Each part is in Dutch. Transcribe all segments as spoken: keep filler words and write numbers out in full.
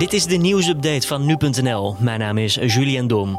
Dit is de nieuwsupdate van nu punt n l. Mijn naam is Julian Dom.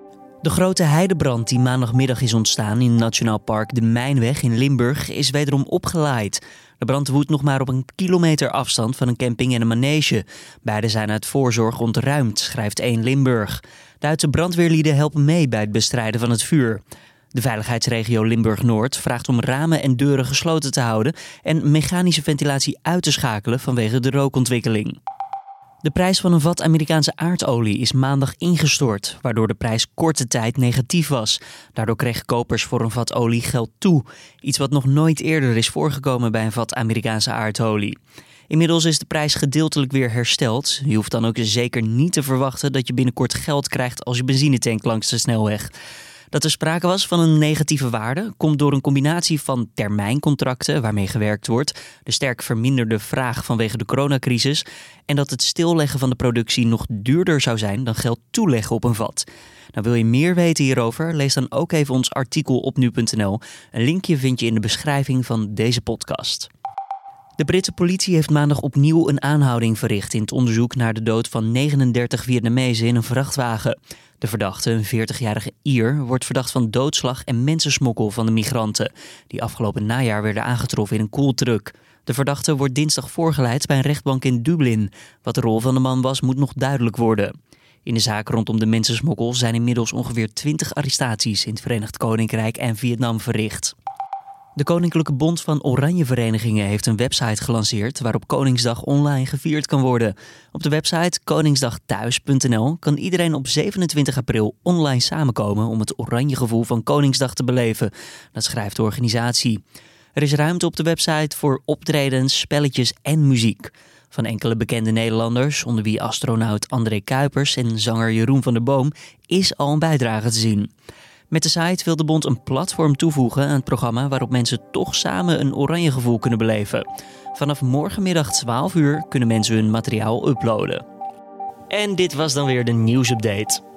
De grote heidebrand die maandagmiddag is ontstaan in Nationaal Park De Mijnweg in Limburg is wederom opgelaaid. De brand woedt nog maar op een kilometer afstand van een camping en een manege. Beide zijn uit voorzorg ontruimd, schrijft één Limburg. Duitse brandweerlieden helpen mee bij het bestrijden van het vuur. De veiligheidsregio Limburg-Noord vraagt om ramen en deuren gesloten te houden en mechanische ventilatie uit te schakelen vanwege de rookontwikkeling. De prijs van een vat Amerikaanse aardolie is maandag ingestort, waardoor de prijs korte tijd negatief was. Daardoor kregen kopers voor een vat olie geld toe. Iets wat nog nooit eerder is voorgekomen bij een vat Amerikaanse aardolie. Inmiddels is de prijs gedeeltelijk weer hersteld. Je hoeft dan ook zeker niet te verwachten dat je binnenkort geld krijgt als je benzine tankt langs de snelweg. Dat er sprake was van een negatieve waarde komt door een combinatie van termijncontracten waarmee gewerkt wordt, de sterk verminderde vraag vanwege de coronacrisis en dat het stilleggen van de productie nog duurder zou zijn dan geld toeleggen op een vat. Nou, wil je meer weten hierover? Lees dan ook even ons artikel op nu punt n l. Een linkje vind je in de beschrijving van deze podcast. De Britse politie heeft maandag opnieuw een aanhouding verricht in het onderzoek naar de dood van negenendertig Vietnamezen in een vrachtwagen. De verdachte, een veertigjarige Ier, wordt verdacht van doodslag en mensensmokkel van de migranten, die afgelopen najaar werden aangetroffen in een koeltruck. De verdachte wordt dinsdag voorgeleid bij een rechtbank in Dublin. Wat de rol van de man was, moet nog duidelijk worden. In de zaak rondom de mensensmokkel zijn inmiddels ongeveer twintig arrestaties in het Verenigd Koninkrijk en Vietnam verricht. De Koninklijke Bond van Oranjeverenigingen heeft een website gelanceerd waarop Koningsdag online gevierd kan worden. Op de website koningsdagthuis punt n l kan iedereen op zevenentwintig april online samenkomen om het oranje gevoel van Koningsdag te beleven. Dat schrijft de organisatie. Er is ruimte op de website voor optredens, spelletjes en muziek. Van enkele bekende Nederlanders, onder wie astronaut André Kuipers en zanger Jeroen van der Boom, is al een bijdrage te zien. Met de site wil de bond een platform toevoegen aan het programma waarop mensen toch samen een oranje gevoel kunnen beleven. Vanaf morgenmiddag twaalf uur kunnen mensen hun materiaal uploaden. En dit was dan weer de nieuwsupdate.